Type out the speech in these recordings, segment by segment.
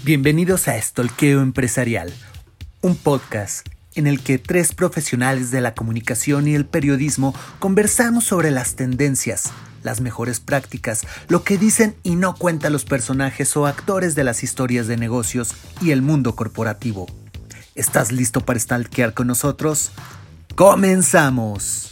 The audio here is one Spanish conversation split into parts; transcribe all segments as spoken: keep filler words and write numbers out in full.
Bienvenidos a Stalkeo Empresarial, un podcast en el que tres profesionales de la comunicación y el periodismo conversamos sobre las tendencias, las mejores prácticas, lo que dicen y no cuentan los personajes o actores de las historias de negocios y el mundo corporativo. ¿Estás listo para stalkear con nosotros? ¡Comenzamos!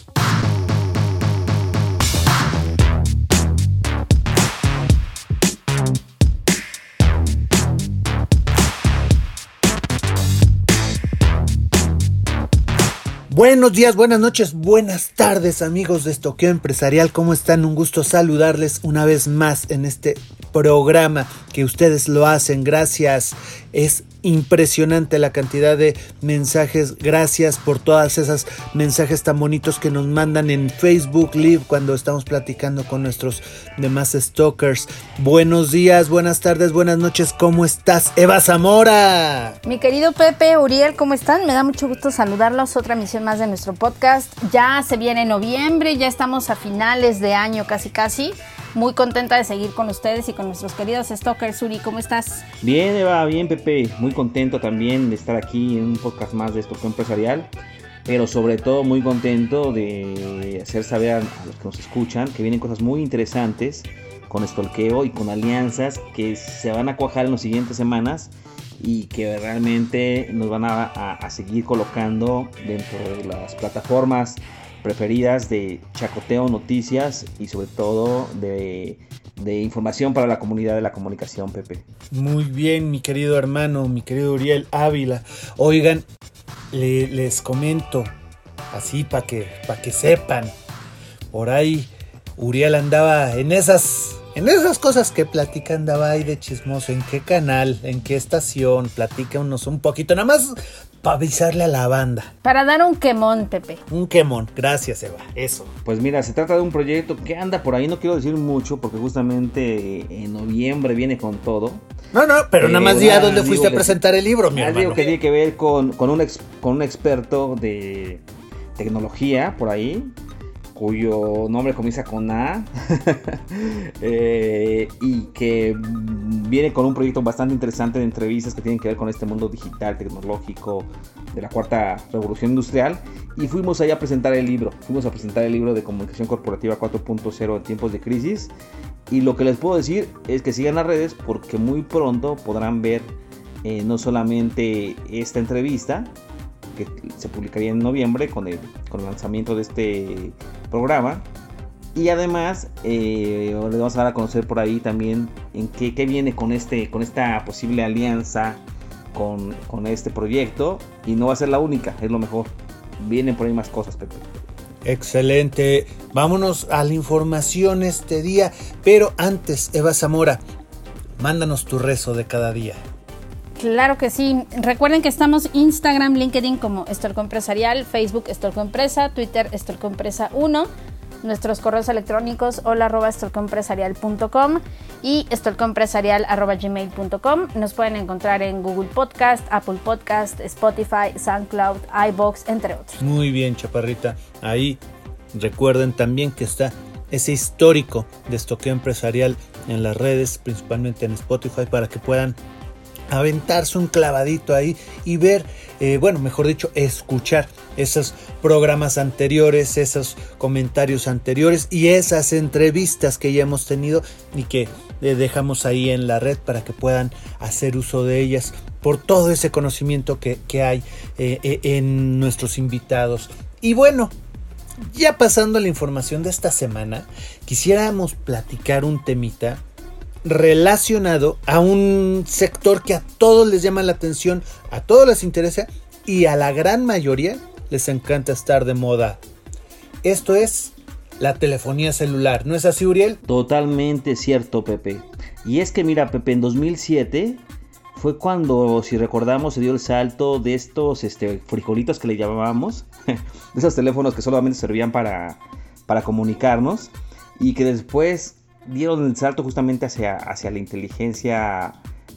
Buenos días, buenas noches, buenas tardes, amigos de Stalkeo Empresarial. ¿Cómo están? Un gusto saludarles una vez más en este programa que ustedes lo hacen. Gracias. Es impresionante la cantidad de mensajes. Gracias por todas esas mensajes tan bonitos que nos mandan en Facebook Live cuando estamos platicando con nuestros demás stalkers. Buenos días, buenas tardes, buenas noches. ¿Cómo estás, Eva Zamora? Mi querido Pepe, Uriel, ¿cómo están? Me da mucho gusto saludarlos. Otra emisión más de nuestro podcast. Ya se viene noviembre, ya estamos a finales de año casi casi. Muy contenta de seguir con ustedes y con nuestros queridos stalkers. Uri, ¿cómo estás? Bien, Eva, bien, Pepe. Muy contento también de estar aquí en un podcast más de Stalkeo Empresarial. Pero sobre todo muy contento de hacer saber a los que nos escuchan que vienen cosas muy interesantes con Stalkeo y con alianzas que se van a cuajar en las siguientes semanas y que realmente nos van a, a, a seguir colocando dentro de las plataformas preferidas de chacoteo, noticias y sobre todo de, de información para la comunidad de la comunicación, Pepe. Muy bien, mi querido hermano, mi querido Uriel Ávila. Oigan, le, les comento así para que, pa que sepan. Por ahí Uriel andaba en esas, en esas cosas que platica, andaba ahí de chismoso. ¿En qué canal? ¿En qué estación? Platícanos un poquito, nada más para avisarle a la banda. Para dar un quemón, Pepe. Un quemón, gracias, Eva, eso. Pues mira, se trata de un proyecto que anda por ahí, no quiero decir mucho porque justamente en noviembre viene con todo. No, no, pero eh, nada más día dónde fuiste a les, presentar el libro, mi hermano. Digo que tiene que ver con, con, un ex, con un experto de tecnología por ahí, cuyo nombre comienza con A, eh, y que viene con un proyecto bastante interesante de entrevistas que tienen que ver con este mundo digital, tecnológico, de la cuarta revolución industrial, y fuimos allá a presentar el libro, fuimos a presentar el libro de Comunicación Corporativa cuatro punto cero en tiempos de crisis, y lo que les puedo decir es que sigan las redes porque muy pronto podrán ver eh, no solamente esta entrevista, que se publicaría en noviembre con el, con el lanzamiento de este programa, y además eh, les vamos a dar a conocer por ahí también en qué, qué viene con este con esta posible alianza con, con este proyecto, y no va a ser la única, es lo mejor, vienen por ahí más cosas, Pepe. Excelente, vámonos a la información este día, pero antes, Eva Zamora, mándanos tu rezo de cada día. Claro que sí. Recuerden que estamos Instagram, LinkedIn como Stalkeo Empresarial, Facebook Stalkeo Empresa, Twitter Stalkeo Empresa uno, nuestros correos electrónicos hola arroba stalkeoempresarial punto com y stalkeoempresarial arroba gmail punto com. Nos pueden encontrar en Google Podcast, Apple Podcast, Spotify, SoundCloud, iVoox, entre otros. Muy bien, chaparrita. Ahí recuerden también que está ese histórico de Stalkeo Empresarial en las redes, principalmente en Spotify, para que puedan aventarse un clavadito ahí y ver, eh, bueno, mejor dicho, escuchar esos programas anteriores, esos comentarios anteriores y esas entrevistas que ya hemos tenido y que eh, dejamos ahí en la red para que puedan hacer uso de ellas por todo ese conocimiento que, que hay eh, eh, en nuestros invitados. Y bueno, ya pasando a la información de esta semana, quisiéramos platicar un temita relacionado a un sector que a todos les llama la atención, a todos les interesa y a la gran mayoría les encanta estar de moda. Esto es la telefonía celular, ¿no es así, Uriel? Totalmente cierto, Pepe. Y es que mira, Pepe, en dos mil siete fue cuando, si recordamos, se dio el salto de estos este, frijolitos que le llamábamos, de esos teléfonos que solamente servían para, para comunicarnos, y que después dieron el salto justamente hacia, hacia la inteligencia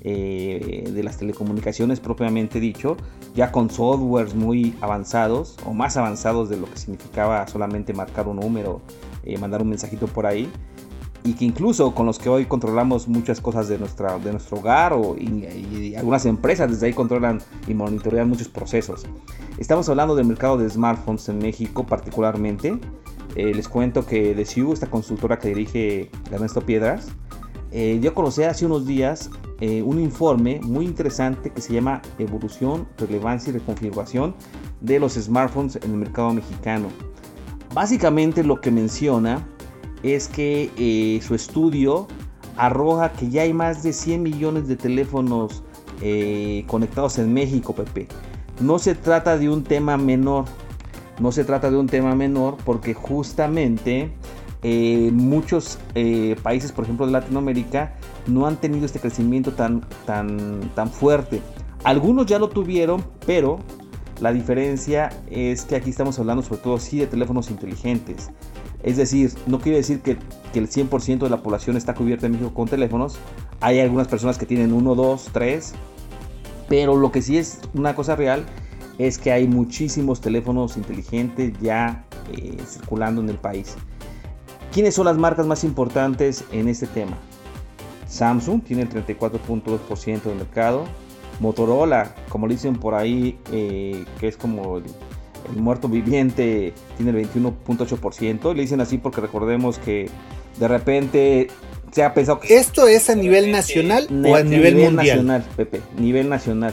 eh, de las telecomunicaciones propiamente dicho, ya con softwares muy avanzados o más avanzados de lo que significaba solamente marcar un número, eh, mandar un mensajito por ahí. y que incluso con los que hoy controlamos muchas cosas de, nuestra, de nuestro hogar o, y, y algunas empresas desde ahí controlan y monitorean muchos procesos. Estamos hablando del mercado de smartphones en México particularmente. Eh, les cuento que D C U, esta consultora que dirige Ernesto Piedras, eh, dio a conocer hace unos días eh, un informe muy interesante que se llama Evolución, Relevancia y Reconfiguración de los smartphones en el mercado mexicano. Básicamente lo que menciona es que eh, su estudio arroja que ya hay más de cien millones de teléfonos eh, conectados en México, Pepe. No se trata de un tema menor, no se trata de un tema menor porque justamente eh, muchos eh, países, por ejemplo de Latinoamérica, no han tenido este crecimiento tan, tan, tan fuerte. Algunos ya lo tuvieron, pero la diferencia es que aquí estamos hablando sobre todo sí de teléfonos inteligentes. Es decir, no quiere decir que, que el cien por ciento de la población está cubierta en México con teléfonos. Hay algunas personas que tienen uno, dos, tres. Pero lo que sí es una cosa real es que hay muchísimos teléfonos inteligentes ya eh, circulando en el país. ¿Quiénes son las marcas más importantes en este tema? Samsung tiene el treinta y cuatro punto dos por ciento del mercado. Motorola, como le dicen por ahí, eh, que es como el, el muerto viviente, tiene el veintiuno punto ocho por ciento. Le dicen así porque recordemos que de repente se ha pensado que... ¿Esto es a nivel nacional ne- o a nivel, nivel mundial? Nacional, Pepe, nivel nacional.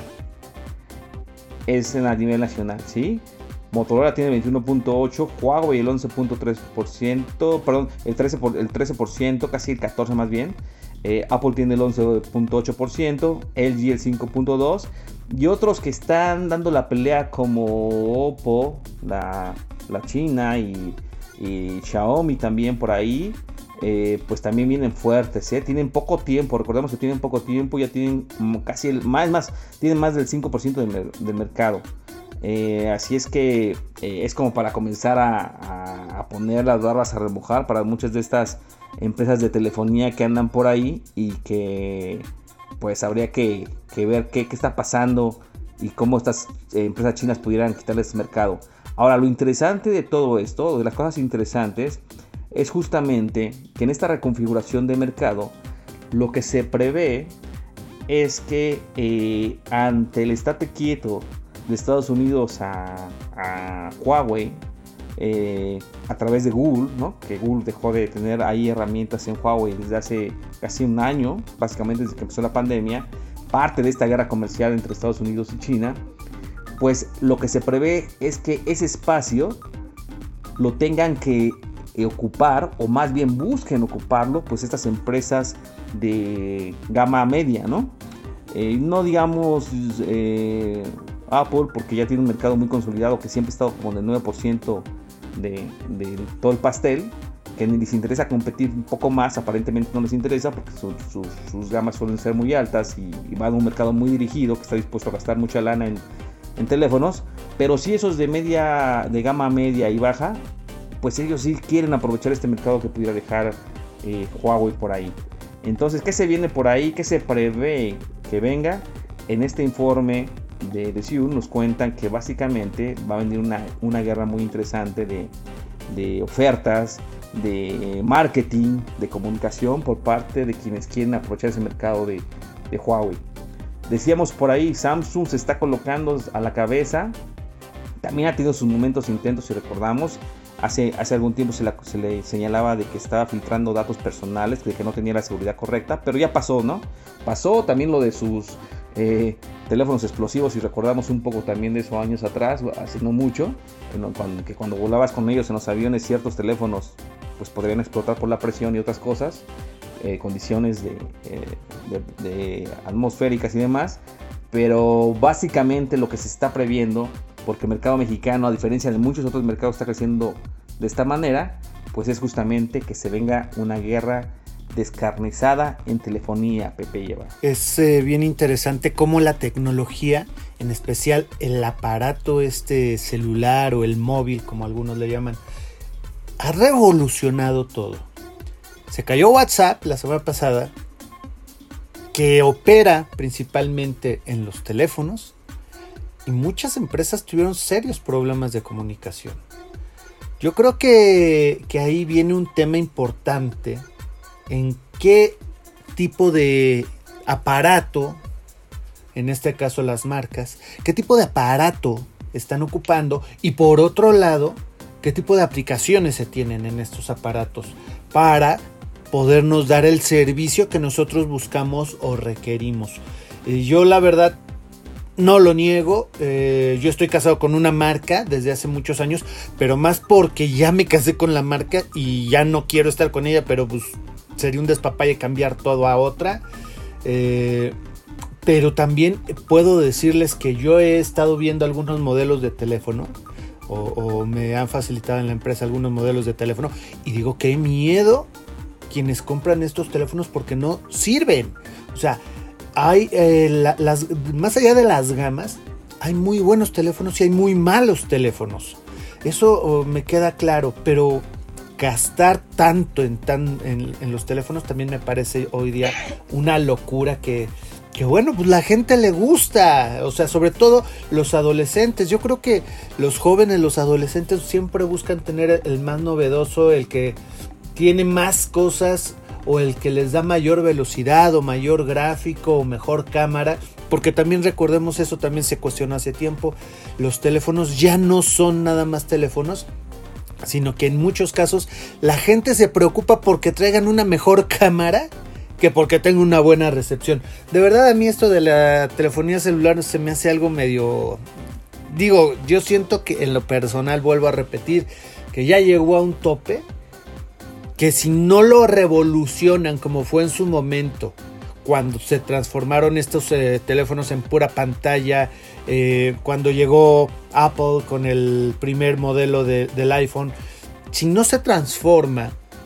Es a nivel nacional, ¿sí? Motorola tiene veintiuno punto ocho por ciento, Huawei el once punto tres por ciento, perdón, el trece por ciento, el trece por ciento, casi el catorce por ciento más bien. Eh, Apple tiene el once punto ocho por ciento, L G el cinco punto dos por ciento y otros que están dando la pelea como Oppo, la, la China y, y Xiaomi también por ahí, eh, pues también vienen fuertes, ¿eh? Tienen poco tiempo, recordemos que tienen poco tiempo, ya tienen casi el, más, más, tienen más del cinco por ciento del, del mercado. Eh, así es que eh, es como para comenzar a, a, a poner las barbas a remojar para muchas de estas empresas de telefonía que andan por ahí y que pues habría que, que ver qué, qué está pasando y cómo estas eh, empresas chinas pudieran quitarles mercado. Ahora, lo interesante de todo esto, de las cosas interesantes, es justamente que en esta reconfiguración de mercado lo que se prevé es que eh, ante el estate quieto de Estados Unidos a, a Huawei, eh, a través de Google, ¿no? Que Google dejó de tener ahí herramientas en Huawei desde hace casi un año, básicamente desde que empezó la pandemia, parte de esta guerra comercial entre Estados Unidos y China, pues lo que se prevé es que ese espacio lo tengan que eh, ocupar, o más bien busquen ocuparlo, pues estas empresas de gama media, ¿no? Eh, no digamos eh, Apple, porque ya tiene un mercado muy consolidado que siempre ha estado como del nueve por ciento de, de todo el pastel, que ni les interesa competir un poco más, aparentemente no les interesa porque su, su, sus gamas suelen ser muy altas y, y van a un mercado muy dirigido que está dispuesto a gastar mucha lana en, en teléfonos, pero sí esos de media, de gama media y baja, pues ellos sí quieren aprovechar este mercado que pudiera dejar eh, Huawei por ahí. Entonces, ¿qué se viene por ahí? ¿Qué se prevé que venga? En este informe de D C U nos cuentan que básicamente va a venir una, una guerra muy interesante de, de ofertas, de marketing, de comunicación por parte de quienes quieren aprovechar ese mercado de, de Huawei. Decíamos por ahí, Samsung se está colocando a la cabeza, también ha tenido sus momentos intentos, si recordamos. Hace, hace algún tiempo se, la, se le señalaba de que estaba filtrando datos personales, de que no tenía la seguridad correcta, pero ya pasó, ¿no? Pasó también lo de sus eh, teléfonos explosivos, y recordamos un poco también de eso años atrás, hace no mucho, cuando, que cuando volabas con ellos en los aviones, ciertos teléfonos pues podrían explotar por la presión y otras cosas, eh, condiciones de, eh, de, de atmosféricas y demás, pero básicamente lo que se está previendo, porque el mercado mexicano, a diferencia de muchos otros mercados, está creciendo de esta manera, pues es justamente que se venga una guerra descarnizada en telefonía, Pepe Lleva. Es eh, bien interesante cómo la tecnología, en especial el aparato este celular o el móvil, como algunos le llaman, ha revolucionado todo. Se cayó WhatsApp la semana pasada, que opera principalmente en los teléfonos, y muchas empresas tuvieron serios problemas de comunicación. Yo creo que, que ahí viene un tema importante en qué tipo de aparato, en este caso las marcas, qué tipo de aparato están ocupando y por otro lado, qué tipo de aplicaciones se tienen en estos aparatos para podernos dar el servicio que nosotros buscamos o requerimos. Eh, yo la verdad no lo niego, eh, yo estoy casado con una marca desde hace muchos años, pero más porque ya me casé con la marca y ya no quiero estar con ella, pero pues sería un despapalle cambiar todo a otra. Eh, pero también puedo decirles que yo he estado viendo algunos modelos de teléfono o, o me han facilitado en la empresa algunos modelos de teléfono y digo, qué miedo quienes compran estos teléfonos porque no sirven. O sea, hay eh, la, las, más allá de las gamas, hay muy buenos teléfonos y hay muy malos teléfonos. Eso oh, me queda claro, pero gastar tanto en, tan, en, en los teléfonos también me parece hoy día una locura que, que bueno, pues la gente le gusta, o sea, sobre todo los adolescentes. Yo creo que los jóvenes, los adolescentes siempre buscan tener el más novedoso, el que tiene más cosas o el que les da mayor velocidad o mayor gráfico o mejor cámara, porque también recordemos, eso también se cuestionó hace tiempo, los teléfonos ya no son nada más teléfonos, sino que en muchos casos la gente se preocupa porque traigan una mejor cámara que porque tenga una buena recepción. De verdad, a mí esto de la telefonía celular se me hace algo medio... Digo, yo siento que en lo personal, vuelvo a repetir, que ya llegó a un tope, que si no lo revolucionan como fue en su momento, cuando se transformaron estos eh, teléfonos en pura pantalla, eh, cuando llegó Apple con el primer modelo de, del iPhone, si no se transforma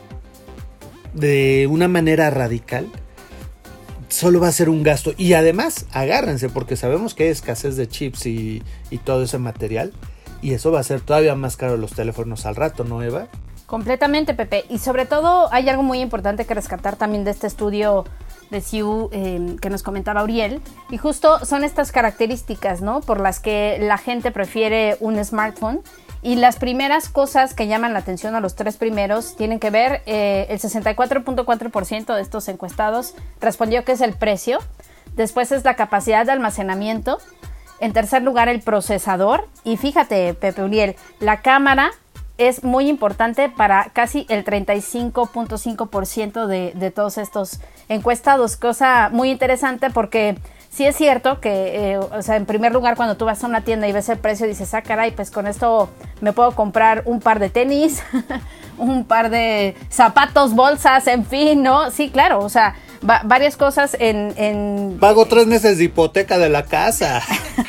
de una manera radical, solo va a ser un gasto. Y además, agárrense, porque sabemos que hay escasez de chips y, y todo ese material, y eso va a ser todavía más caro los teléfonos al rato, ¿no, Eva? Completamente, Pepe. Y sobre todo hay algo muy importante que rescatar también de este estudio de C I U eh, que nos comentaba Uriel. Y justo son estas características, ¿no?, por las que la gente prefiere un smartphone. Y las primeras cosas que llaman la atención a los tres primeros tienen que ver, eh, el sesenta y cuatro punto cuatro por ciento de estos encuestados respondió que es el precio. Después es la capacidad de almacenamiento. En tercer lugar, el procesador. Y fíjate, Pepe, Uriel, la cámara es muy importante para casi el treinta y cinco punto cinco por ciento de, de todos estos encuestados. Cosa muy interesante porque sí es cierto que, eh, o sea, en primer lugar, cuando tú vas a una tienda y ves el precio, dices, ah, caray, pues con esto me puedo comprar un par de tenis, un par de zapatos, bolsas, en fin, ¿no? Sí, claro, o sea, va, varias cosas en, en... Pago tres meses de hipoteca de la casa.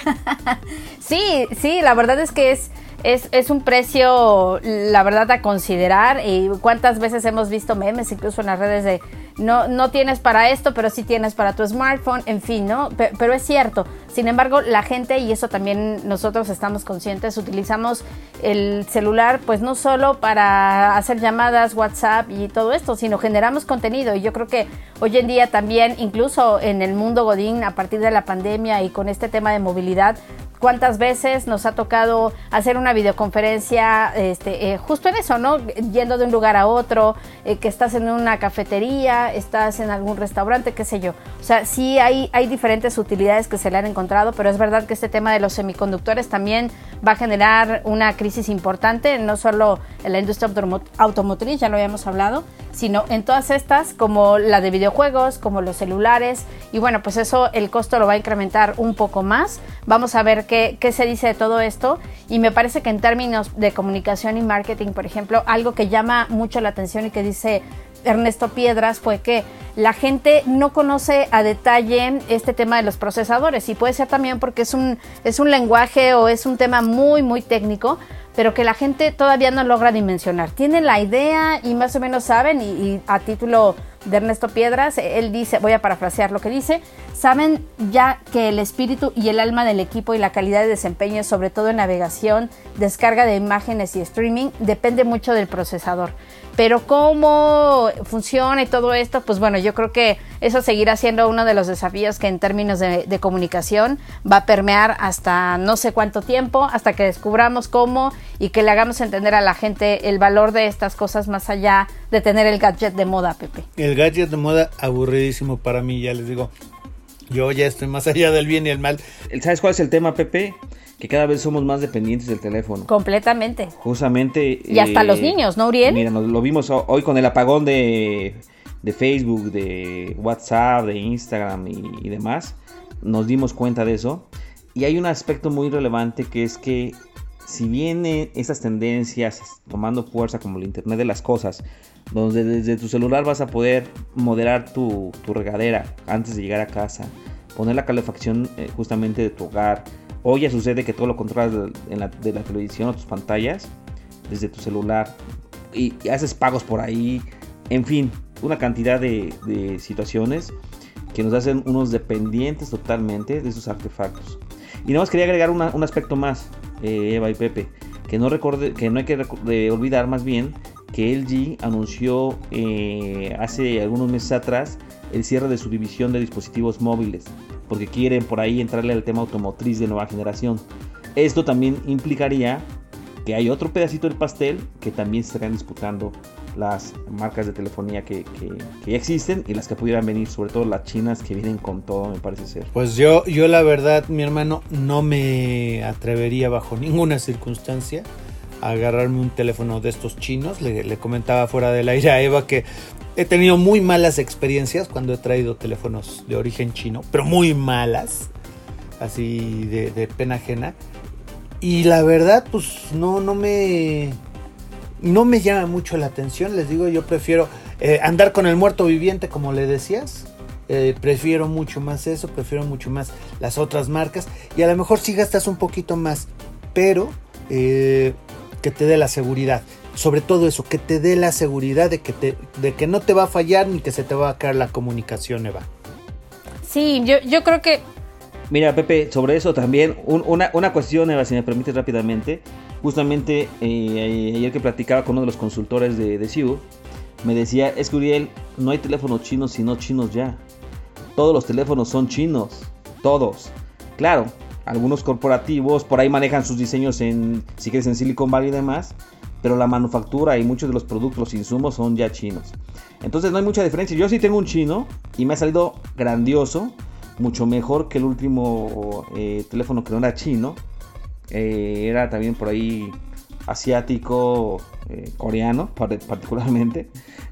Sí, sí, la verdad es que es... Es, es un precio, la verdad, a considerar. Y cuántas veces hemos visto memes, incluso en las redes, de no, no tienes para esto, pero sí tienes para tu smartphone, en fin, ¿no? Pero, pero es cierto. Sin embargo, la gente, y eso también nosotros estamos conscientes, utilizamos el celular pues no solo para hacer llamadas, WhatsApp y todo esto, sino generamos contenido. Y yo creo que hoy en día también, incluso en el mundo godín, a partir de la pandemia y con este tema de movilidad, ¿cuántas veces nos ha tocado hacer una videoconferencia este, eh, justo en eso, ¿no? Yendo de un lugar a otro, eh, que estás en una cafetería, estás en algún restaurante, qué sé yo. O sea, sí hay, hay diferentes utilidades que se le han encontrado, pero es verdad que este tema de los semiconductores también va a generar una crisis importante, no solo en la industria automotriz, ya lo habíamos hablado, sino en todas estas, como la de videojuegos, como los celulares, y bueno, pues eso, el costo lo va a incrementar un poco más. Vamos a ver qué, qué se dice de todo esto, y me parece que en términos de comunicación y marketing, por ejemplo, algo que llama mucho la atención y que dice Ernesto Piedras fue que la gente no conoce a detalle este tema de los procesadores, y puede ser también porque es un, es un lenguaje o es un tema muy, muy técnico, pero que la gente todavía no logra dimensionar. Tienen la idea y más o menos saben, y, y a título de Ernesto Piedras, él dice, voy a parafrasear lo que dice, saben ya que el espíritu y el alma del equipo y la calidad de desempeño, sobre todo en navegación, descarga de imágenes y streaming, depende mucho del procesador. Pero cómo funciona y todo esto, pues bueno, yo creo que eso seguirá siendo uno de los desafíos que en términos de, de comunicación va a permear hasta no sé cuánto tiempo, hasta que descubramos cómo y que le hagamos entender a la gente el valor de estas cosas más allá de tener el gadget de moda, Pepe. El gadget de moda aburridísimo para mí, ya les digo. Yo ya estoy más allá del bien y el mal. ¿Sabes cuál es el tema, Pepe? Que cada vez somos más dependientes del teléfono. Completamente. Justamente. Y hasta eh, los niños, ¿no, Uriel? Mira, nos lo vimos hoy con el apagón de, de Facebook, de WhatsApp, de Instagram y, y demás. Nos dimos cuenta de eso. Y hay un aspecto muy relevante que es que si vienen esas tendencias tomando fuerza como el Internet de las cosas, donde desde tu celular vas a poder moderar tu, tu regadera antes de llegar a casa, poner la calefacción eh, justamente de tu hogar. Hoy ya sucede que todo lo controlas de, de, la, de la televisión o tus pantallas desde tu celular y, y haces pagos por ahí. En fin, una cantidad de, de situaciones que nos hacen unos dependientes totalmente de esos artefactos. Y nada más quería agregar una, un aspecto más, eh, Eva y Pepe, que no, recorde, que no hay que de olvidar más bien que L G anunció eh, hace algunos meses atrás el cierre de su división de dispositivos móviles, porque quieren por ahí entrarle al tema automotriz de nueva generación. Esto también implicaría que hay otro pedacito del pastel que también se estarán disputando las marcas de telefonía que, que, que ya existen y las que pudieran venir, sobre todo las chinas que vienen con todo, me parece ser. Pues yo, yo la verdad, mi hermano, no me atrevería bajo ninguna circunstancia a agarrarme un teléfono de estos chinos. Le, le comentaba fuera del aire a Eva que he tenido muy malas experiencias cuando he traído teléfonos de origen chino, pero muy malas, así de, de pena ajena. Y la verdad, pues no, no me... No me llama mucho la atención, les digo, yo prefiero eh, andar con el muerto viviente, como le decías. Eh, prefiero mucho más eso, prefiero mucho más las otras marcas. Y a lo mejor sí gastas un poquito más, pero eh, que te dé la seguridad. Sobre todo eso, que te dé la seguridad de que, te, de que no te va a fallar ni que se te va a caer la comunicación, Eva. Sí, yo, yo creo que... Mira, Pepe, sobre eso también, un, una, una cuestión, Eva, si me permites rápidamente. Justamente eh, ayer que platicaba con uno de los consultores de, de C I U, me decía, es que Uriel, no hay teléfonos chinos sino chinos ya. Todos los teléfonos son chinos, todos. Claro, algunos corporativos por ahí manejan sus diseños en, si quieres, en Silicon Valley y demás, pero la manufactura y muchos de los productos, los insumos son ya chinos. Entonces no hay mucha diferencia. Yo sí tengo un chino y me ha salido grandioso, mucho mejor que el último eh, teléfono que no era chino. Eh, era también por ahí asiático, eh, coreano particularmente,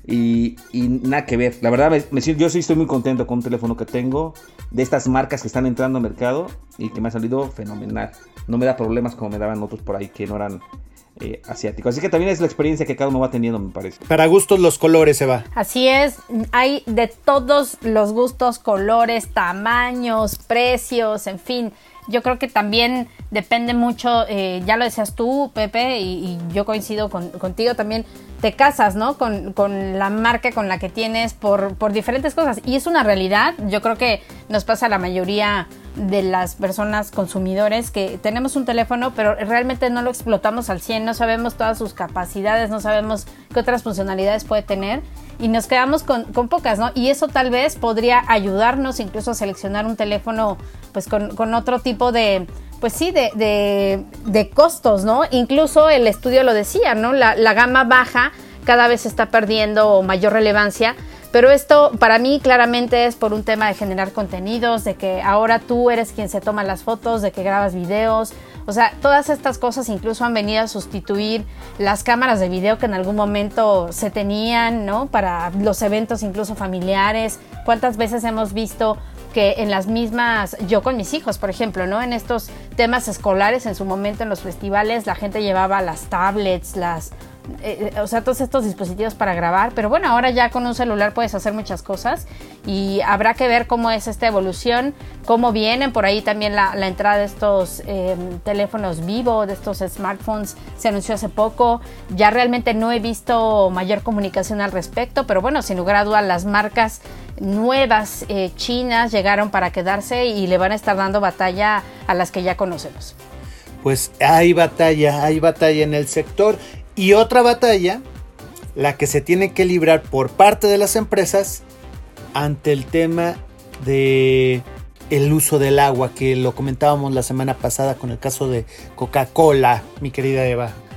y, y nada que ver. La verdad, me, me, yo sí estoy muy contento con un teléfono que tengo de estas marcas que están entrando al mercado y que me ha salido fenomenal. No me da problemas como me daban otros por ahí que no eran eh, asiáticos. Así que también es la experiencia que cada uno va teniendo, me parece. Para gustos los colores, Eva. Así es, hay de todos los gustos, colores, tamaños, precios, en fin. Yo creo que también depende mucho, eh, ya lo decías tú, Pepe, y, y yo coincido con, contigo también, te casas, ¿no? Con, con la marca con la que tienes por, por diferentes cosas. Y es una realidad, yo creo que nos pasa a la mayoría de las personas consumidores que tenemos un teléfono, pero realmente no lo explotamos al cien, no sabemos todas sus capacidades, no sabemos qué otras funcionalidades puede tener. Y nos quedamos con, con pocas, ¿no? Y eso tal vez podría ayudarnos incluso a seleccionar un teléfono pues con, con otro tipo de, pues sí, de, de, de costos, ¿no? Incluso el estudio lo decía, ¿no? La, la gama baja cada vez está perdiendo mayor relevancia, pero esto para mí claramente es por un tema de generar contenidos, de que ahora tú eres quien se toma las fotos, de que grabas videos. O sea, todas estas cosas incluso han venido a sustituir las cámaras de video que en algún momento se tenían, ¿no? Para los eventos incluso familiares. ¿Cuántas veces hemos visto que en las mismas, yo con mis hijos, por ejemplo, ¿no? En estos temas escolares, en su momento en los festivales, la gente llevaba las tablets, las... Eh, o sea, todos estos dispositivos para grabar, pero bueno, ahora ya con un celular puedes hacer muchas cosas y habrá que ver cómo es esta evolución, cómo vienen por ahí también la, la entrada de estos eh, teléfonos Vivo, de estos smartphones, se anunció hace poco. Ya realmente no he visto mayor comunicación al respecto, pero bueno, sin lugar a dudas las marcas nuevas eh, chinas llegaron para quedarse y le van a estar dando batalla a las que ya conocemos. Pues hay batalla, hay batalla en el sector. Y otra batalla, la que se tiene que librar por parte de las empresas ante el tema de el uso del agua, que lo comentábamos la semana pasada con el caso de Coca-Cola, mi querida Eva.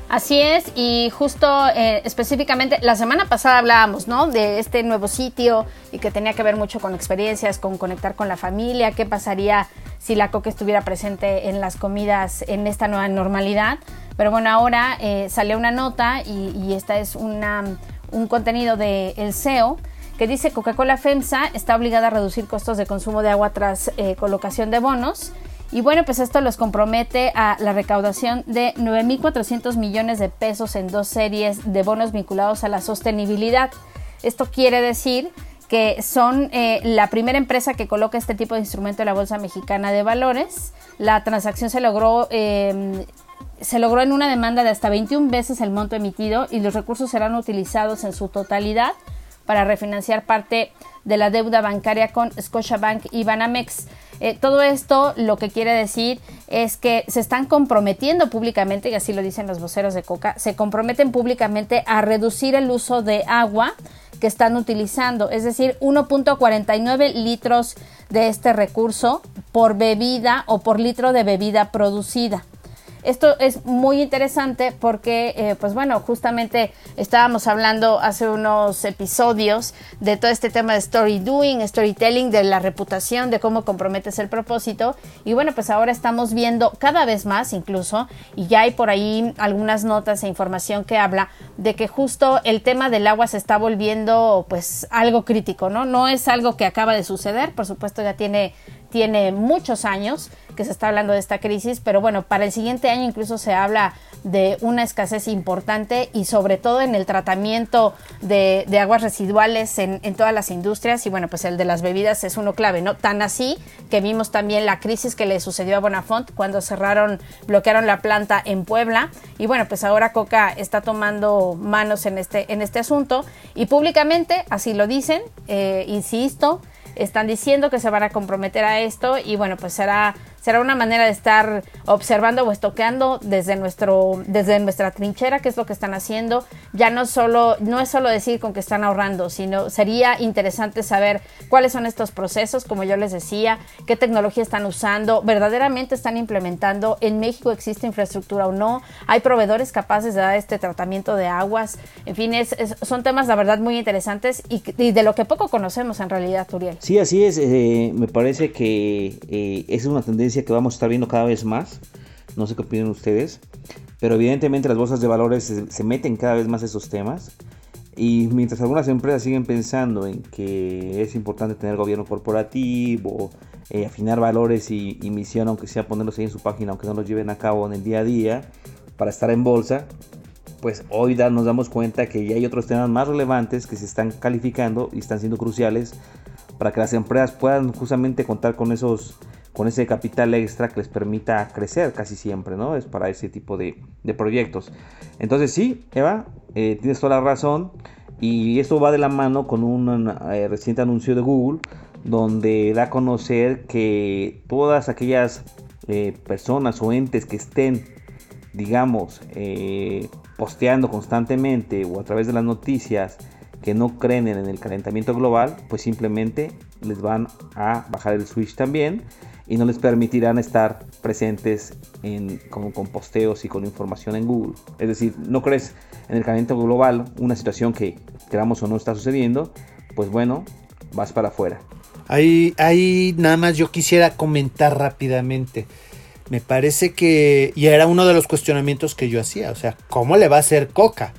Así es, y justo eh, específicamente la semana pasada hablábamos, ¿no?, de este nuevo sitio y que tenía que ver mucho con experiencias, con conectar con la familia, qué pasaría si la Coca estuviera presente en las comidas en esta nueva normalidad. Pero bueno, ahora eh, salió una nota y, y esta es una, un contenido de El C E O que dice: Coca-Cola FEMSA está obligada a reducir costos de consumo de agua tras eh, colocación de bonos. Y bueno, pues esto los compromete a la recaudación de nueve mil cuatrocientos millones de pesos en dos series de bonos vinculados a la sostenibilidad. Esto quiere decir que son eh, la primera empresa que coloca este tipo de instrumento en la Bolsa Mexicana de Valores. La transacción se logró, eh, se logró en una demanda de hasta veintiuna veces el monto emitido y los recursos serán utilizados en su totalidad para refinanciar parte de la deuda bancaria con Scotiabank y Banamex. Eh, todo esto lo que quiere decir es que se están comprometiendo públicamente, y así lo dicen los voceros de Coca, se comprometen públicamente a reducir el uso de agua que están utilizando, es decir, uno punto cuarenta y nueve litros de este recurso por bebida o por litro de bebida producida. Esto es muy interesante porque, eh, pues bueno, justamente estábamos hablando hace unos episodios de todo este tema de story doing, storytelling, de la reputación, de cómo comprometes el propósito. Y bueno, pues ahora estamos viendo cada vez más incluso, y ya hay por ahí algunas notas e información que habla de que justo el tema del agua se está volviendo pues algo crítico, ¿no? No es algo que acaba de suceder, por supuesto ya tiene... tiene muchos años que se está hablando de esta crisis, pero bueno, para el siguiente año incluso se habla de una escasez importante y sobre todo en el tratamiento de, de aguas residuales en, en todas las industrias, y bueno, pues el de las bebidas es uno clave, ¿no? Tan así que vimos también la crisis que le sucedió a Bonafont cuando cerraron, bloquearon la planta en Puebla, y bueno, pues ahora Coca está tomando manos en este, en este asunto y públicamente así lo dicen, eh, insisto, están diciendo que se van a comprometer a esto y bueno, pues será, será una manera de estar observando o estoqueando desde, nuestro, desde nuestra trinchera qué es lo que están haciendo. Ya no, solo, no es solo decir con que están ahorrando, sino sería interesante saber cuáles son estos procesos, como yo les decía, qué tecnología están usando, verdaderamente están implementando, en México existe infraestructura o no, hay proveedores capaces de dar este tratamiento de aguas, en fin, es, es, son temas la verdad muy interesantes y, y de lo que poco conocemos en realidad, Turiel. Sí, así es, eh, me parece que eh, esa es una tendencia que vamos a estar viendo cada vez más, no sé qué opinan ustedes, pero evidentemente las bolsas de valores se, se meten cada vez más esos temas, y mientras algunas empresas siguen pensando en que es importante tener gobierno corporativo, eh, afinar valores y, y misión, aunque sea ponerlos ahí en su página, aunque no los lleven a cabo en el día a día para estar en bolsa, pues hoy da, nos damos cuenta que ya hay otros temas más relevantes que se están calificando y están siendo cruciales para que las empresas puedan justamente contar con esos con ese capital extra que les permita crecer casi siempre, ¿no? Es para ese tipo de, de proyectos. Entonces sí, Eva, eh, tienes toda la razón, y esto va de la mano con un eh, reciente anuncio de Google donde da a conocer que todas aquellas eh, personas o entes que estén, digamos, eh, posteando constantemente o a través de las noticias que no creen en el calentamiento global, pues simplemente les van a bajar el switch también y no les permitirán estar presentes en, con, con posteos y con información en Google. Es decir, no crees en el calentamiento global, una situación que queramos o no está sucediendo, pues bueno, vas para afuera. Ahí, ahí nada más yo quisiera comentar rápidamente. Me parece que, y era uno de los cuestionamientos que yo hacía, o sea, ¿cómo le va a hacer Coca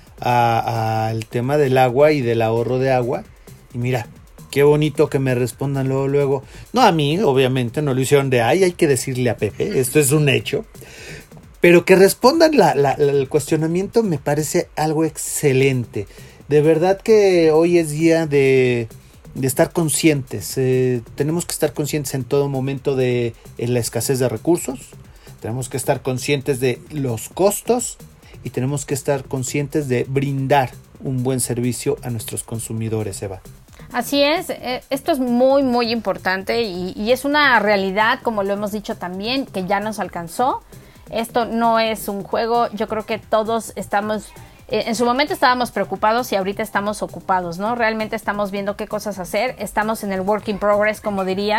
al tema del agua y del ahorro de agua? Y mira, qué bonito que me respondan luego, luego. No a mí, obviamente, no lo hicieron de, ay, hay que decirle a Pepe, esto es un hecho. Pero que respondan la, la, la, el cuestionamiento me parece algo excelente. De verdad que hoy es día de, de estar conscientes. Eh, tenemos que estar conscientes en todo momento de, de la escasez de recursos. Tenemos que estar conscientes de los costos. Y tenemos que estar conscientes de brindar un buen servicio a nuestros consumidores, Eva. Así es, esto es muy muy importante y, y es una realidad, como lo hemos dicho también, que ya nos alcanzó. Esto no es un juego, yo creo que todos estamos, en su momento estábamos preocupados y ahorita estamos ocupados, ¿no? Realmente estamos viendo qué cosas hacer, estamos en el work in progress, como dirían.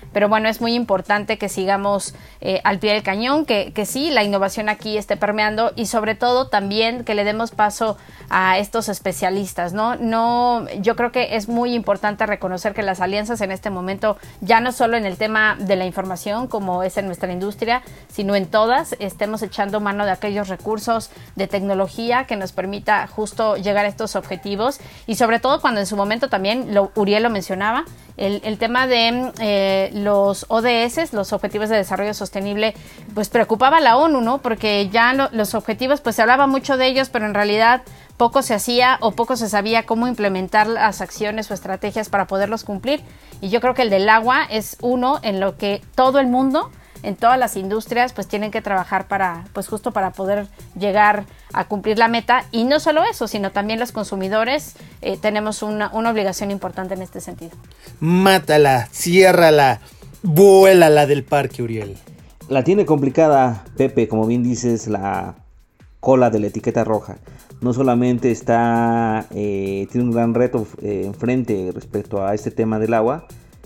pero bueno, es muy importante que sigamos eh, al pie del cañón, que, que sí, la innovación aquí esté permeando y sobre todo también que le demos paso a estos especialistas, ¿no? No, yo creo que es muy importante reconocer que las alianzas en este momento, ya no solo en el tema de la información, como es en nuestra industria, sino en todas, estemos echando mano de aquellos recursos de tecnología que nos permita justo llegar a estos objetivos y sobre todo cuando en su momento también, lo, Uriel lo mencionaba, el, el tema de eh, los O D S, los Objetivos de Desarrollo Sostenible, pues preocupaba a la ONU, ¿no? Porque ya lo, los objetivos, pues se hablaba mucho de ellos, pero en realidad poco se hacía o poco se sabía cómo implementar las acciones o estrategias para poderlos cumplir. Y yo creo que el del agua es uno en lo que todo el mundo, en todas las industrias, pues tienen que trabajar para, pues justo para poder llegar a cumplir la meta. Y no solo eso, sino también los consumidores eh, tenemos una, una obligación importante en este sentido. Mátala, ciérrala, vuélala del parque, Uriel. La tiene complicada, Pepe, como bien dices, la cola de la etiqueta roja. No solamente está, eh, tiene un gran reto eh, enfrente respecto a este tema del agua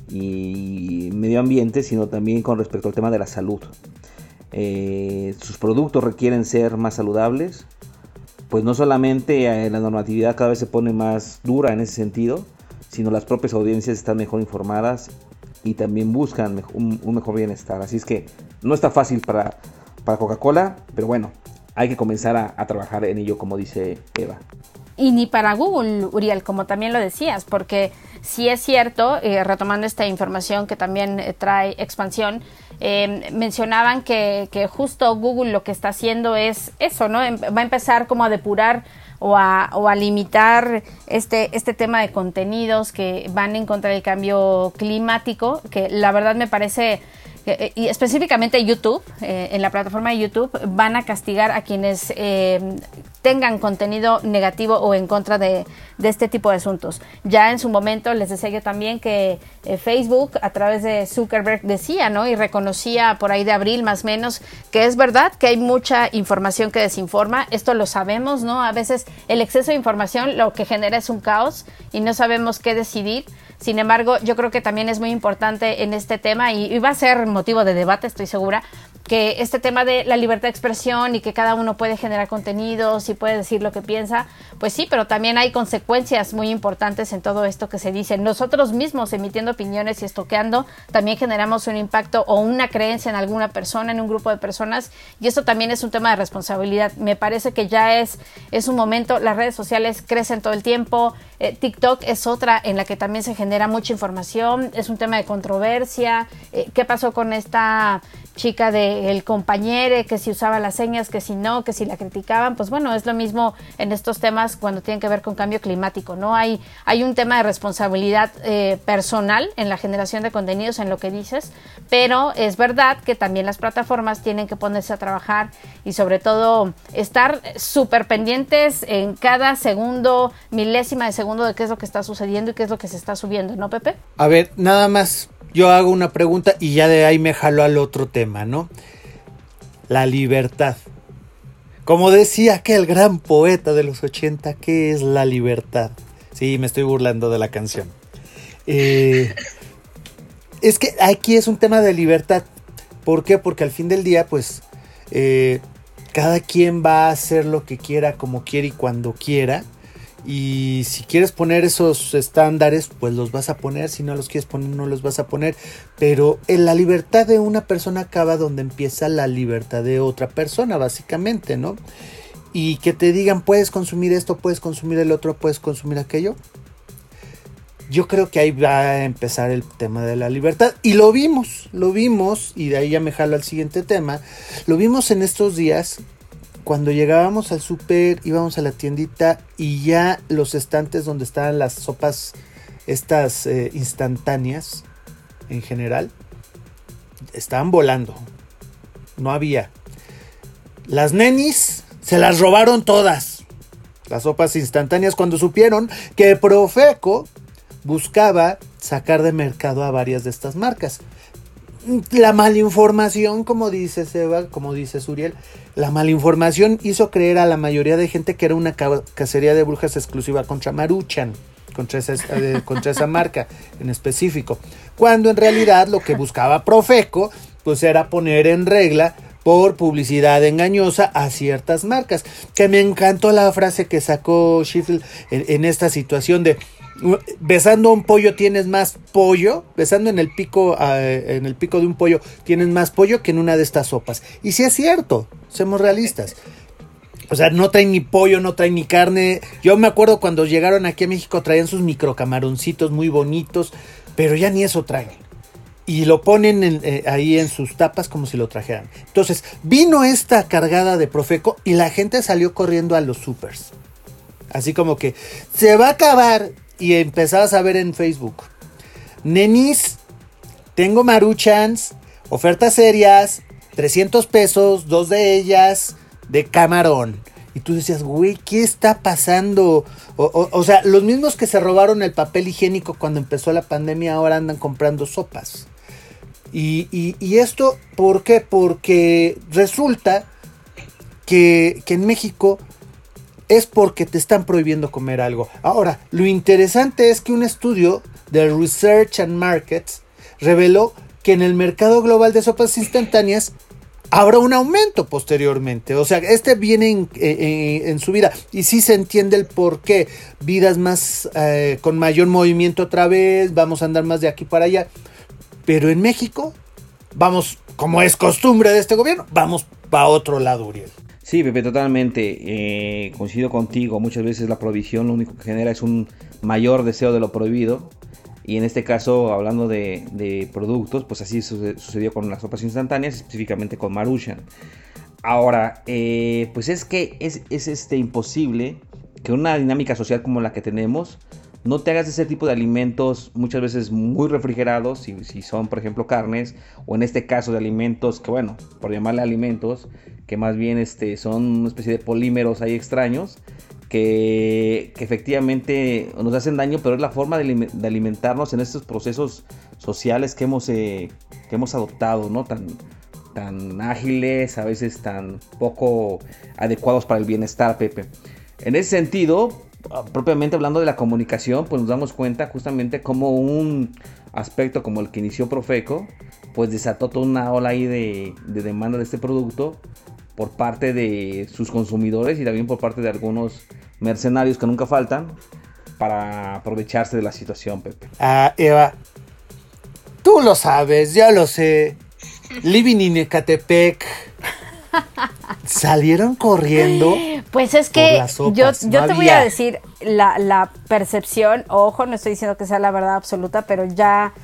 y medio ambiente, sino también con respecto al tema de la salud. Eh, sus productos requieren ser más saludables, pues no solamente eh, la normatividad cada vez se pone más dura en ese sentido, sino las propias audiencias están mejor informadas y también buscan mejor, un, un mejor bienestar. Así es que no está fácil para, para Coca-Cola, pero bueno, hay que comenzar a, a trabajar en ello, como dice Eva. Y ni para Google, Uriel, como también lo decías, porque sí es cierto, eh, retomando esta información que también eh, trae Expansión, eh, mencionaban que, que justo Google lo que está haciendo es eso, ¿no? Va a empezar como a depurar o a, o a limitar este, este tema de contenidos que van en contra del cambio climático, que la verdad me parece... y específicamente YouTube, eh, en la plataforma de YouTube, van a castigar a quienes eh, tengan contenido negativo o en contra de, de este tipo de asuntos. Ya en su momento les decía yo también que eh, Facebook, a través de Zuckerberg, decía, ¿no? Y reconocía por ahí de abril más o menos que es verdad que hay mucha información que desinforma. Esto lo sabemos, ¿no? A veces el exceso de información lo que genera es un caos y no sabemos qué decidir. Sin embargo, yo creo que también es muy importante en este tema y, y va a ser motivo de debate, estoy segura, que este tema de la libertad de expresión y que cada uno puede generar contenidos y puede decir lo que piensa, pues sí, pero también hay consecuencias muy importantes en todo esto que se dice. Nosotros mismos emitiendo opiniones y estoqueando también generamos un impacto o una creencia en alguna persona, en un grupo de personas, y esto también es un tema de responsabilidad. Me parece que ya es, es un momento, las redes sociales crecen todo el tiempo, eh, TikTok es otra en la que también se genera mucha información, es un tema de controversia. Eh, ¿qué pasó con esta chica del compañero, que si usaba las señas, que si no, que si la criticaban? Pues bueno, es lo mismo en estos temas cuando tienen que ver con cambio climático, ¿no? Hay, hay un tema de responsabilidad eh, personal en la generación de contenidos, en lo que dices, pero es verdad que también las plataformas tienen que ponerse a trabajar y sobre todo estar súper pendientes en cada segundo, milésima de segundo de qué es lo que está sucediendo y qué es lo que se está subiendo, ¿no, Pepe? A ver, nada más. Yo hago una pregunta y ya de ahí me jalo al otro tema, ¿no? La libertad. Como decía aquel gran poeta de los ochenta, ¿qué es la libertad? Sí, me estoy burlando de la canción. Eh, es que aquí es un tema de libertad. ¿Por qué? Porque al fin del día, pues, eh, cada quien va a hacer lo que quiera, como quiera y cuando quiera. Y si quieres poner esos estándares, pues los vas a poner. Si no los quieres poner, no los vas a poner. Pero en la libertad de una persona acaba donde empieza la libertad de otra persona, básicamente, ¿no? Y que te digan, puedes consumir esto, puedes consumir el otro, puedes consumir aquello. Yo creo que ahí va a empezar el tema de la libertad. Y lo vimos, lo vimos, y de ahí ya me jalo al siguiente tema. Lo vimos en estos días. Cuando llegábamos al súper, íbamos a la tiendita y ya los estantes donde estaban las sopas, estas eh, instantáneas en general, estaban volando. No había. Las nenis se las robaron todas. Las sopas instantáneas, cuando supieron que Profeco buscaba sacar de mercado a varias de estas marcas. La malinformación, como dice Seba, como dice Uriel, la malinformación hizo creer a la mayoría de gente que era una ca- cacería de brujas exclusiva contra Maruchan. contra esa, eh, contra esa marca en específico. Cuando en realidad lo que buscaba Profeco pues era poner en regla por publicidad engañosa a ciertas marcas. Que me encantó la frase que sacó Sheffield en, en esta situación de besando un pollo tienes más pollo, besando en el pico uh, en el pico de un pollo tienes más pollo que en una de estas sopas. Y sí es cierto, seamos realistas. O sea, no traen ni pollo, no traen ni carne. Yo me acuerdo cuando llegaron aquí a México traían sus microcamaroncitos muy bonitos, pero ya ni eso traen. Y lo ponen en, eh, ahí en sus tapas como si lo trajeran. Entonces, vino esta cargada de Profeco y la gente salió corriendo a los supers. Así como que se va a acabar. Y empezabas a ver en Facebook: nenis, tengo Maruchans, ofertas serias, trescientos pesos, dos de ellas de camarón. Y tú decías, güey, ¿qué está pasando? O, o, o sea, los mismos que se robaron el papel higiénico cuando empezó la pandemia ahora andan comprando sopas. Y, y, y esto, ¿por qué? Porque resulta que, que en México es porque te están prohibiendo comer algo. Ahora, lo interesante es que un estudio de Research and Markets reveló que en el mercado global de sopas instantáneas habrá un aumento posteriormente. O sea, este viene en, en, en subida. Y sí se entiende el por qué. Vidas más eh, con mayor movimiento otra vez. Vamos a andar más de aquí para allá. Pero en México, vamos, como es costumbre de este gobierno, vamos para otro lado, Uriel. Sí, Pepe, totalmente. Eh, coincido contigo. Muchas veces la prohibición lo único que genera es un mayor deseo de lo prohibido. Y en este caso, hablando de, de productos, pues así sucedió con las sopas instantáneas, específicamente con Maruchan. Ahora, eh, pues es que es, es este, imposible que una dinámica social como la que tenemos no te hagas ese tipo de alimentos muchas veces muy refrigerados, si, si son por ejemplo carnes, o en este caso de alimentos que, bueno, por llamarle alimentos, que más bien este, son una especie de polímeros ahí extraños, que, que efectivamente nos hacen daño, pero es la forma de, de alimentarnos en estos procesos sociales que hemos, eh, que hemos adoptado, ¿no? Tan, tan ágiles, a veces tan poco adecuados para el bienestar, Pepe. En ese sentido, propiamente hablando de la comunicación, pues nos damos cuenta justamente como un aspecto como el que inició Profeco, pues desató toda una ola ahí de, de demanda de este producto por parte de sus consumidores y también por parte de algunos mercenarios que nunca faltan para aprovecharse de la situación, Pepe. Ah, Eva, tú lo sabes, ya lo sé. Living in Ecatepec. Salieron corriendo. Pues es que yo, yo no te había. voy a decir la, la percepción, ojo, no estoy diciendo que sea la verdad absoluta, pero ya,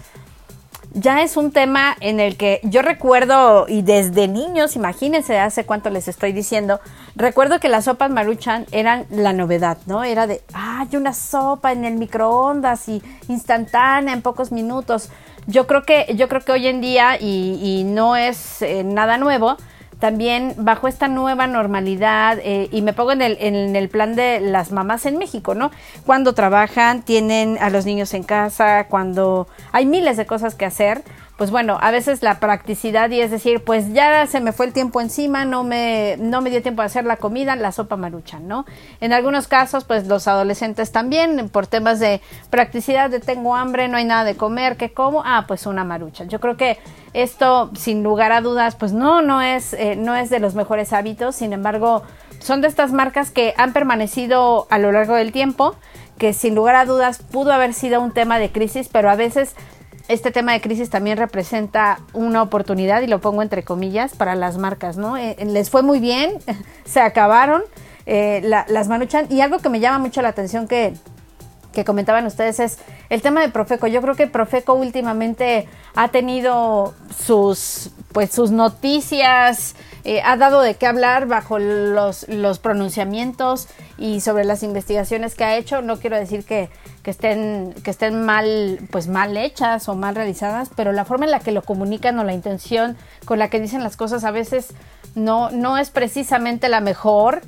ya es un tema en el que yo recuerdo, y desde niños, imagínense hace cuánto les estoy diciendo, recuerdo que las sopas Maruchan eran la novedad, ¿no? Era de, ah, hay una sopa en el microondas y instantánea en pocos minutos. Yo creo que, yo creo que hoy en día, y, y no es eh, nada nuevo, también bajo esta nueva normalidad, eh, y me pongo en el, en el plan de las mamás en México, ¿no? Cuando trabajan, tienen a los niños en casa, cuando hay miles de cosas que hacer, pues bueno, a veces la practicidad y es decir, pues ya se me fue el tiempo encima, no me, no me dio tiempo de hacer la comida, la sopa Maruchan, ¿no? En algunos casos, pues los adolescentes también, por temas de practicidad, de tengo hambre, no hay nada de comer, ¿qué como? Ah, pues una Maruchan. Yo creo que esto, sin lugar a dudas, pues no, no es, eh, no es de los mejores hábitos, sin embargo, son de estas marcas que han permanecido a lo largo del tiempo, que sin lugar a dudas pudo haber sido un tema de crisis, pero a veces este tema de crisis también representa una oportunidad, y lo pongo entre comillas, para las marcas, ¿no? Eh, les fue muy bien, se acabaron eh, la, las Maruchan, y algo que me llama mucho la atención que, que comentaban ustedes es el tema de Profeco. Yo creo que Profeco últimamente ha tenido sus, pues, sus noticias, eh, ha dado de qué hablar bajo los, los pronunciamientos y sobre las investigaciones que ha hecho. No quiero decir que, que estén, que estén mal, pues mal hechas o mal realizadas, pero la forma en la que lo comunican o la intención con la que dicen las cosas a veces no, no es precisamente la mejor.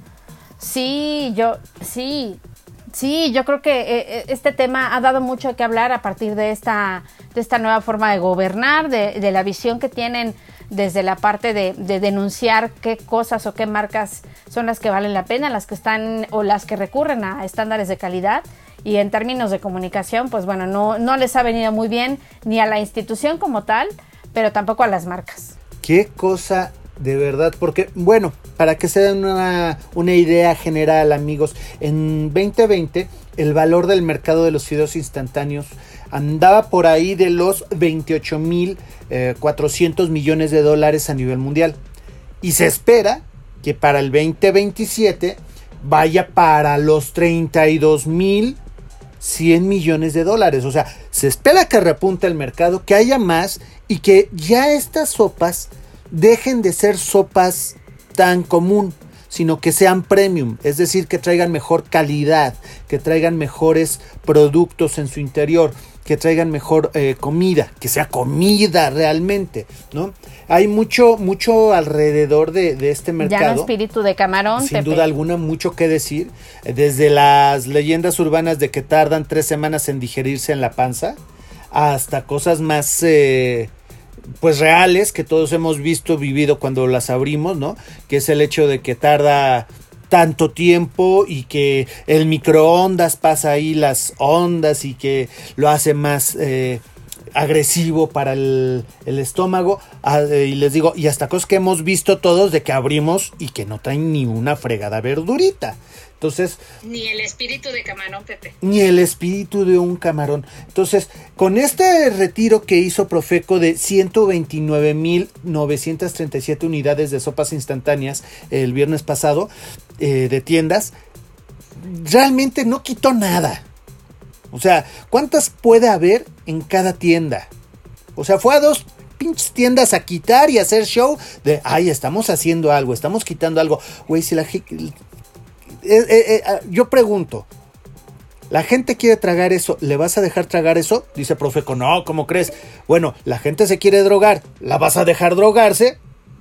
Sí, yo, sí, sí, yo creo que eh, este tema ha dado mucho que hablar a partir de esta, de esta nueva forma de gobernar, de, de la visión que tienen desde la parte de, de denunciar qué cosas o qué marcas son las que valen la pena, las que están o las que recurren a estándares de calidad. y en términos de comunicación, pues bueno, no, no les ha venido muy bien ni a la institución como tal, pero tampoco a las marcas. Qué cosa de verdad, porque bueno, para que se den una, una idea general, amigos, en veinte veinte el valor del mercado de los fideos instantáneos andaba por ahí de los veintiocho mil cuatrocientos millones de dólares a nivel mundial, y se espera que para el veinte veintisiete vaya para los treinta y dos mil cien millones de dólares. O sea, se espera que repunte el mercado, que haya más y que ya estas sopas dejen de ser sopas tan común, sino que sean premium, es decir, que traigan mejor calidad, que traigan mejores productos en su interior, que traigan mejor eh, comida, que sea comida realmente, ¿no? Hay mucho, mucho alrededor de, de este mercado. Ya no espíritu de camarón, sin Pepe. duda alguna, mucho que decir, desde las leyendas urbanas de que tardan tres semanas en digerirse en la panza, hasta cosas más eh, pues reales que todos hemos visto, vivido cuando las abrimos, ¿no? Que es el hecho de que tarda tanto tiempo y que el microondas pasa ahí las ondas y que lo hace más eh, agresivo para el, el estómago. Ah, y les digo, y hasta cosas que hemos visto todos de que abrimos y que no traen ni una fregada verdurita. Entonces, ni el espíritu de camarón, Pepe. Ni el espíritu de un camarón. Entonces, con este retiro que hizo Profeco de ciento veintinueve mil novecientas treinta y siete unidades de sopas instantáneas el viernes pasado, eh, de tiendas, realmente no quitó nada. O sea, ¿cuántas puede haber en cada tienda? O sea, fue a dos pinches tiendas a quitar y hacer show de, ay, estamos haciendo algo, estamos quitando algo. Güey, si la gente... Eh, eh, eh, yo pregunto, la gente quiere tragar eso, ¿le vas a dejar tragar eso? Dice Profeco, no, ¿cómo crees? Bueno, la gente se quiere drogar, ¿la vas a dejar drogarse?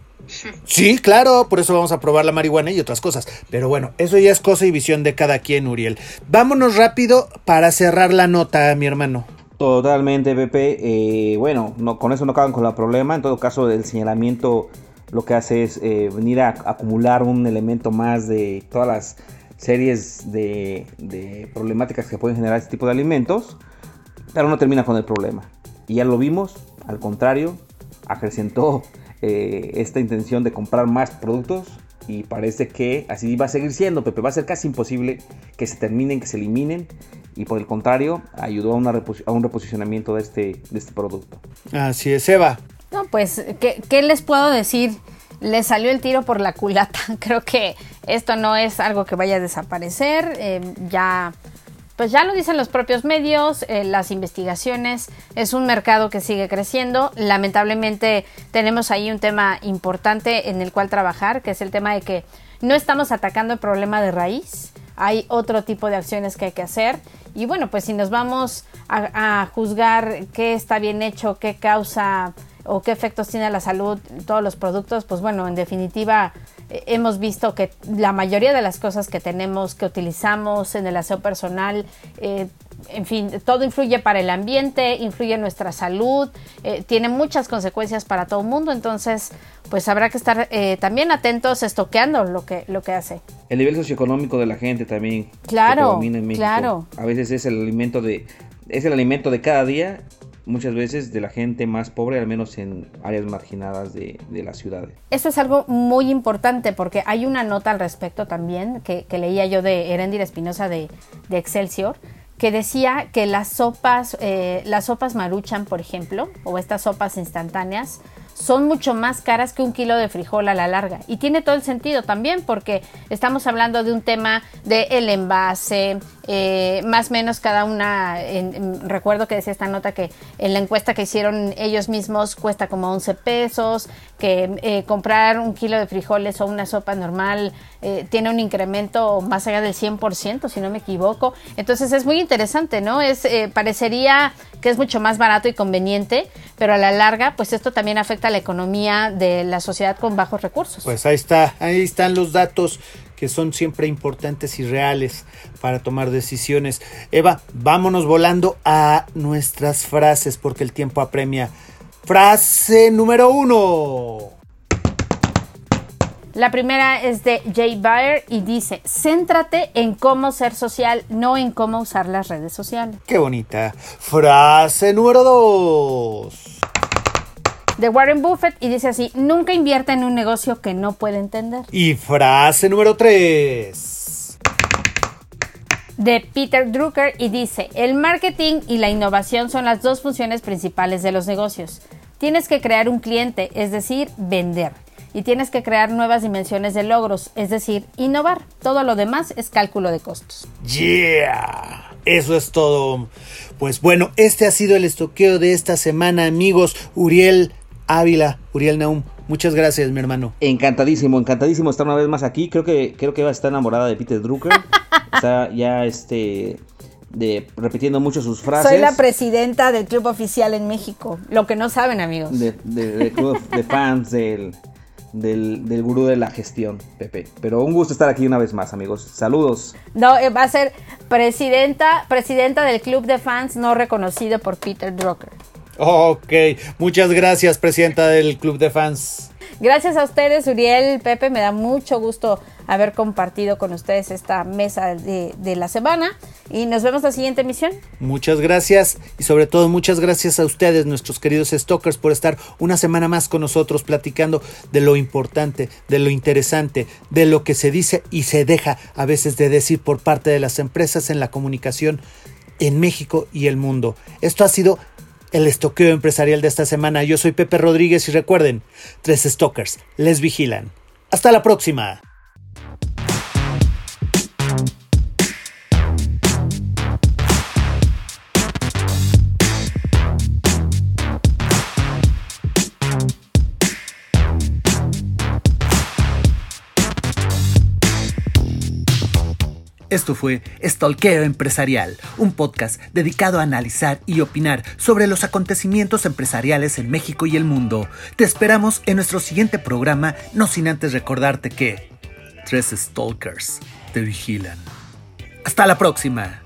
Sí, claro, por eso vamos a probar la marihuana y otras cosas. Pero bueno, eso ya es cosa y visión de cada quien, Uriel. Vámonos rápido para cerrar la nota, mi hermano. Totalmente, Pepe. Eh, bueno, no, con eso no acaban con el problema. En todo caso, el señalamiento lo que hace es eh, venir a acumular un elemento más de todas las series de, de problemáticas que pueden generar este tipo de alimentos, pero no termina con el problema. Y ya lo vimos, al contrario, acrecentó eh, esta intención de comprar más productos y parece que así va a seguir siendo, Pepe. Va a ser casi imposible que se terminen, que se eliminen, y por el contrario, ayudó a, una repos- a un reposicionamiento de este, de este producto. Así es, Eva. No, pues, ¿qué, ¿qué les puedo decir? Le salió el tiro por la culata. Creo que esto no es algo que vaya a desaparecer. Eh, ya, pues ya lo dicen los propios medios, eh, las investigaciones. Es un mercado que sigue creciendo. Lamentablemente tenemos ahí un tema importante en el cual trabajar, que es el tema de que no estamos atacando el problema de raíz. Hay otro tipo de acciones que hay que hacer. Y bueno, pues si nos vamos a, a juzgar qué está bien hecho, qué causa o qué efectos tiene a la salud todos los productos, pues bueno, en definitiva eh, hemos visto que la mayoría de las cosas que tenemos, que utilizamos en el aseo personal, eh, en fin, todo influye para el ambiente, influye en nuestra salud, eh, tiene muchas consecuencias para todo el mundo. Entonces, pues habrá que estar eh, también atentos, estoqueando lo que, lo que hace. El nivel socioeconómico de la gente también. Claro, que en México. claro. A veces es el alimento de, es el alimento de cada día, muchas veces de la gente más pobre, al menos en áreas marginadas de, de las ciudades. Esto es algo muy importante porque hay una nota al respecto también que, que leía yo de Eréndira Espinosa de, de Excelsior, que decía que las sopas, eh, las sopas Maruchan, por ejemplo, o estas sopas instantáneas, son mucho más caras que un kilo de frijol a la larga. Y tiene todo el sentido también, porque estamos hablando de un tema de el envase, eh, más o menos cada una, en, en, recuerdo que decía esta nota que en la encuesta que hicieron ellos mismos cuesta como once pesos, que eh, comprar un kilo de frijoles o una sopa normal eh, tiene un incremento más allá del cien por ciento, si no me equivoco. Entonces es muy interesante, ¿no? Es eh, parecería que es mucho más barato y conveniente, pero a la larga, pues esto también afecta a la economía de la sociedad con bajos recursos. Pues ahí está, ahí están los datos que son siempre importantes y reales para tomar decisiones. Eva, vámonos volando a nuestras frases porque el tiempo apremia. Frase número uno. La primera es de Jay Baer y dice, céntrate en cómo ser social, no en cómo usar las redes sociales. ¡Qué bonita! Frase número dos. De Warren Buffett y dice así, nunca invierta en un negocio que no puede entender. Y frase número tres. De Peter Drucker y dice, el marketing y la innovación son las dos funciones principales de los negocios. Tienes que crear un cliente, es decir, vender. Y tienes que crear nuevas dimensiones de logros, es decir, innovar. Todo lo demás es cálculo de costos. ¡Yeah! Eso es todo. Pues bueno, este ha sido el estoqueo de esta semana, amigos. Uriel Ávila, Uriel Naum, muchas gracias, mi hermano. Encantadísimo, encantadísimo estar una vez más aquí. Creo que creo que Eva está enamorada de Peter Drucker. Está ya este de repitiendo mucho sus frases. Soy la presidenta del club oficial en México. Lo que no saben, amigos. De, de, de club de fans del, del, del gurú de la gestión, Pepe. Pero un gusto estar aquí una vez más, amigos. Saludos. No, va a ser presidenta, presidenta del club de fans no reconocido por Peter Drucker. Ok, muchas gracias, presidenta del club de fans. Gracias a ustedes, Uriel, Pepe, me da mucho gusto haber compartido con ustedes esta mesa de, de la semana y nos vemos la siguiente emisión. Muchas gracias y sobre todo muchas gracias a ustedes, nuestros queridos stalkers, por estar una semana más con nosotros platicando de lo importante, de lo interesante, de lo que se dice y se deja a veces de decir por parte de las empresas en la comunicación en México y el mundo. Esto ha sido el estoqueo empresarial de esta semana. Yo soy Pepe Rodríguez y recuerden, tres stalkers les vigilan. ¡Hasta la próxima! Esto fue Stalkeo Empresarial, un podcast dedicado a analizar y opinar sobre los acontecimientos empresariales en México y el mundo. Te esperamos en nuestro siguiente programa, no sin antes recordarte que tres stalkers te vigilan. ¡Hasta la próxima!